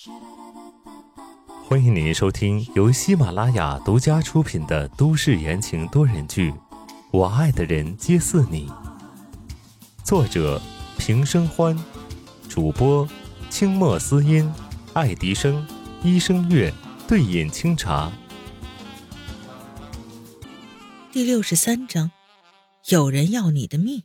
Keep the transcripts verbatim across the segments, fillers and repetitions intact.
欢迎您收听由喜马拉雅独家出品的都市言情多人剧《我爱的人皆似你》，作者平生欢，主播清墨思音、爱迪生、医生月、对饮清茶。 第六十三章，有人要你的命。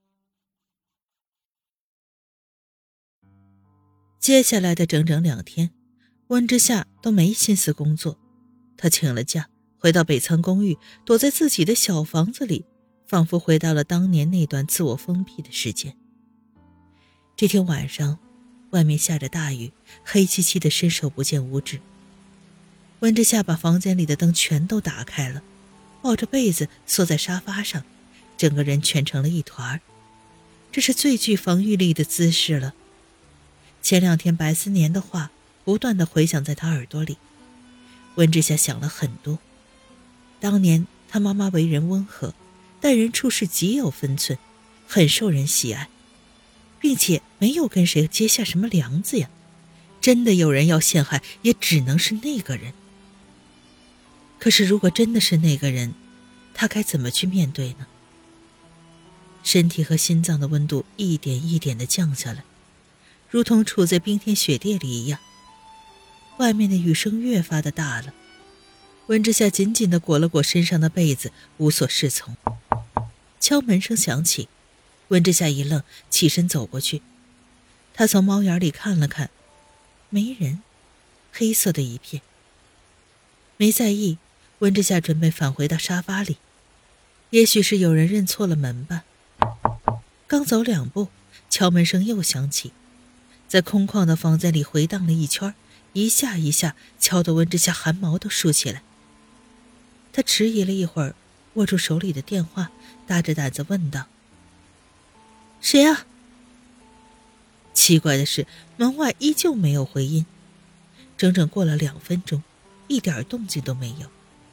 接下来的整整两天，温之夏都没心思工作。他请了假，回到北仓公寓，躲在自己的小房子里，仿佛回到了当年那段自我封闭的时间。这天晚上，外面下着大雨，黑漆漆的，伸手不见五指。温之夏把房间里的灯全都打开了，抱着被子缩在沙发上，整个人蜷成了一团。这是最具防御力的姿势了。前两天白思年的话不断地回响在他耳朵里，温之夏想了很多。当年他妈妈为人温和，待人处事极有分寸，很受人喜爱，并且没有跟谁结下什么梁子呀。真的有人要陷害，也只能是那个人。可是如果真的是那个人，他该怎么去面对呢？身体和心脏的温度一点一点地降下来，如同处在冰天雪地里一样。外面的雨声越发的大了，温之夏紧紧地裹了裹身上的被子，无所适从。敲门声响起，温之夏一愣，起身走过去。他从猫眼里看了看，没人，黑色的一片。没在意，温之夏准备返回到沙发里。也许是有人认错了门吧。刚走两步，敲门声又响起，在空旷的房间里回荡了一圈，一下一下敲得温之夏汗毛都竖起来。他迟疑了一会儿，握住手里的电话，大着胆子问道：谁啊？奇怪的是，门外依旧没有回音。整整过了两分钟，一点动静都没有。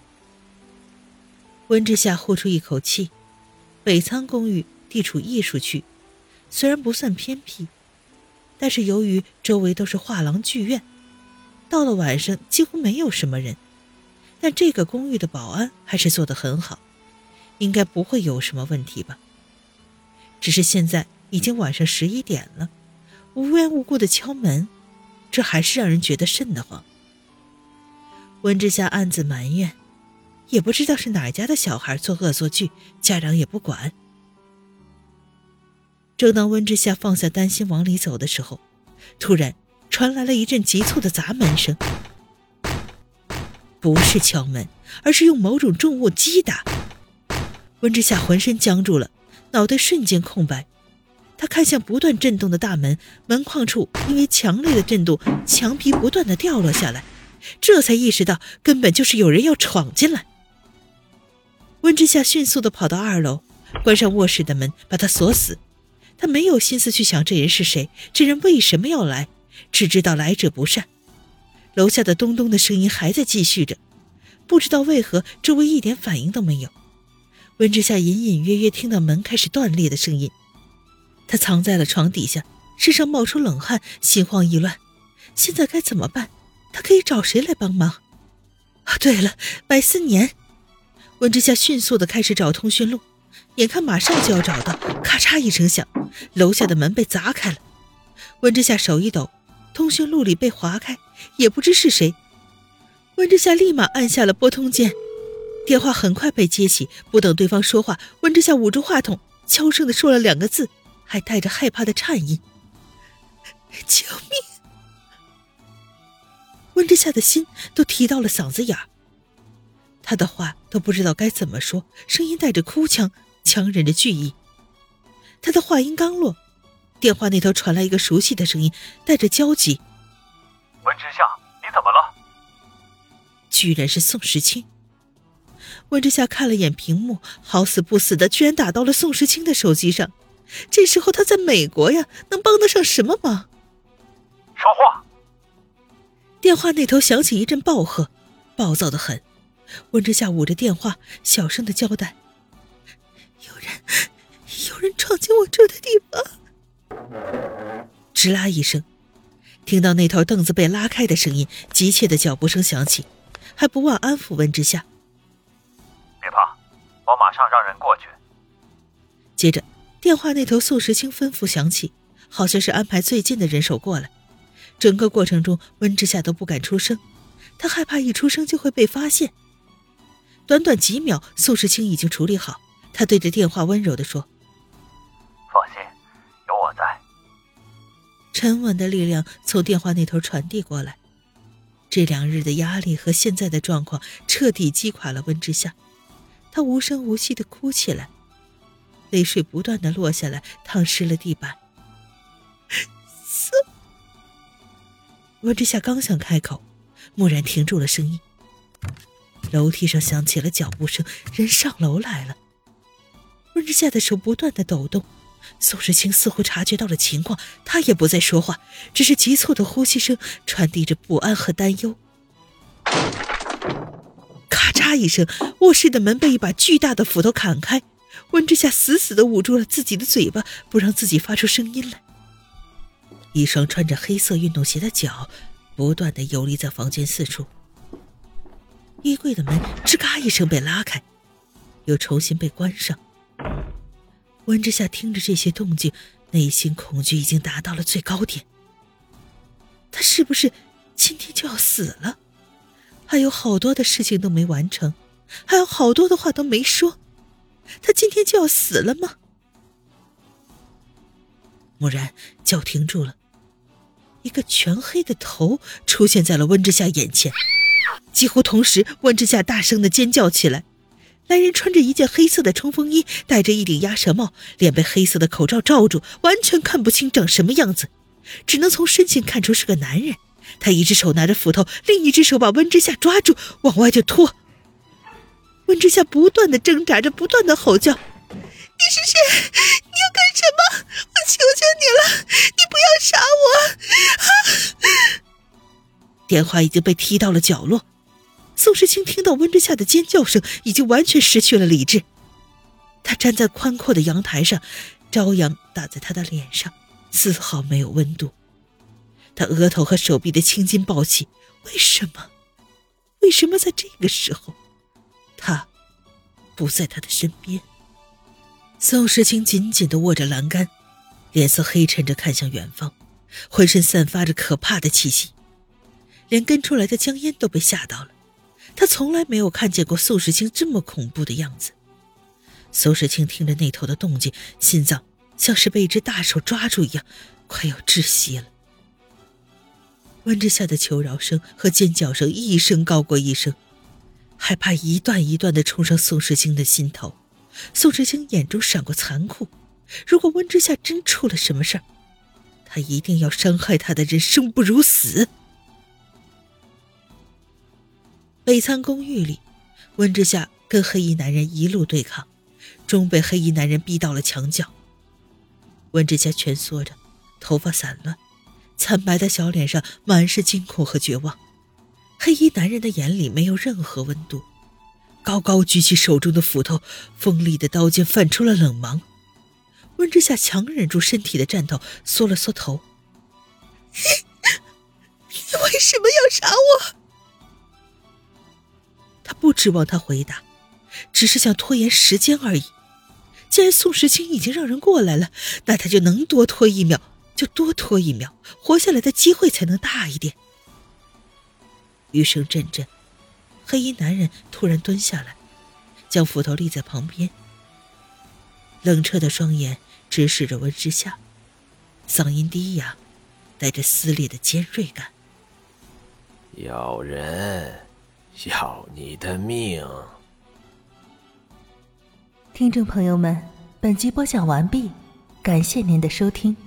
温之夏呼出一口气。北仓公寓地处艺术区，虽然不算偏僻，但是由于周围都是画廊剧院，到了晚上几乎没有什么人。但这个公寓的保安还是做得很好，应该不会有什么问题吧。只是现在已经晚上十一点了，无缘无故的敲门，这还是让人觉得瘆得慌。温之夏暗自埋怨，也不知道是哪家的小孩做恶作剧，家长也不管。正当温之夏放下担心往里走的时候，突然传来了一阵急促的砸门声。不是敲门，而是用某种重物击打。温之夏浑身僵住了，脑袋瞬间空白。他看向不断震动的大门，门框处因为强烈的震动，墙皮不断地掉落下来，这才意识到根本就是有人要闯进来。温之夏迅速地跑到二楼，关上卧室的门，把它锁死。他没有心思去想这人是谁，这人为什么要来，只知道来者不善。楼下的咚咚的声音还在继续着，不知道为何周围一点反应都没有。温之夏隐隐约约听到门开始断裂的声音，他藏在了床底下，身上冒出冷汗，心慌意乱。现在该怎么办？他可以找谁来帮忙？啊，对了，白思年。温之夏迅速地开始找通讯录，眼看马上就要找到，咔嚓一声响，楼下的门被砸开了。温之夏手一抖，通讯录里被划开，也不知是谁。温之夏立马按下了拨通键，电话很快被接起，不等对方说话，温之夏捂住话筒，悄声地说了两个字，还带着害怕的颤音：救命！温之夏的心都提到了嗓子眼儿，他的话都不知道该怎么说，声音带着哭腔，强忍着惧意。他的话音刚落，电话那头传来一个熟悉的声音，带着焦急： 温之夏，你怎么了？ 居然是宋时清。温之夏看了眼屏幕，好死不死的居然打到了宋时清的手机上。这时候他在美国呀，能帮得上什么忙？ 说话！ 电话那头响起一阵暴喝，暴躁得很。温之夏捂着电话，小声的交代：有人有人闯进我住的地方。吱啦一声， 听到那头凳子被拉开的声音，急切的脚步声响起，还不忘安抚温之夏： 别怕，我马上让人过去。 接着电话那头宋时清吩咐响起，好像是安排最近的人手过来。整个过程中温之夏都不敢出声，他害怕一出声就会被发现。短短几秒，宋时清已经处理好，他对着电话温柔地说： 放心，有我在。 沉稳的力量从电话那头传递过来。这两日的压力和现在的状况彻底击垮了温之夏，他无声无息地哭起来，泪水不断地落下来，淌湿了地板。宋……温之夏刚想开口，蓦然停住了声音。楼梯上响起了脚步声，人上楼来了。温之夏的手不断地抖动，宋时清似乎察觉到了情况，他也不再说话，只是急促的呼吸声传递着不安和担忧。咔嚓一声，卧室的门被一把巨大的斧头砍开，温之夏死死地捂住了自己的嘴巴，不让自己发出声音来。一双穿着黑色运动鞋的脚不断地游离在房间四处。衣柜的门吱嘎一声被拉开，又重新被关上。温之夏听着这些动静，内心恐惧已经达到了最高点。他是不是今天就要死了？还有好多的事情都没完成，还有好多的话都没说，他今天就要死了吗？蓦然脚停住了，一个全黑的头出现在了温之夏眼前。几乎同时，温之夏大声地尖叫起来。来人穿着一件黑色的冲锋衣，戴着一顶鸭舌帽，脸被黑色的口罩罩住，完全看不清长什么样子，只能从身形看出是个男人。他一只手拿着斧头，另一只手把温之夏抓住，往外就拖。温之夏不断地挣扎着，不断地吼叫：你是谁？你要干什么？我求求你了，你不要杀我！啊！电话已经被踢到了角落。宋时清听到温之夏的尖叫声，已经完全失去了理智。他站在宽阔的阳台上，朝阳打在他的脸上，丝毫没有温度。他额头和手臂的青筋暴起，为什么？为什么在这个时候，他不在他的身边？宋时清紧紧地握着栏杆，脸色黑沉着看向远方，浑身散发着可怕的气息，连跟出来的江烟都被吓到了。他从来没有看见过宋时清这么恐怖的样子。宋时清听着那头的动静，心脏像是被一只大手抓住一样，快要窒息了。温之夏的求饶声和尖叫声一声高过一声，害怕一段一段地冲上宋时清的心头。宋时清眼中闪过残酷，如果温之夏真出了什么事儿，他一定要伤害他的人生不如死。北仓公寓里，温之夏跟黑衣男人一路对抗，终被黑衣男人逼到了墙角。温之夏蜷缩着，头发散乱，惨白的小脸上满是惊恐和绝望。黑衣男人的眼里没有任何温度，高高举起手中的斧头，锋利的刀尖泛出了冷芒。温之夏强忍住身体的颤抖，缩了缩头。你为什么要杀我？他不指望他回答，只是想拖延时间而已。既然宋时清已经让人过来了，那他就能多拖一秒就多拖一秒，活下来的机会才能大一点。余声阵阵，黑衣男人突然蹲下来，将斧头立在旁边，冷彻的双眼直视着温之夏，嗓音低哑，带着撕裂的尖锐感。 有人要你的命。 听众朋友们，本集播讲完毕，感谢您的收听。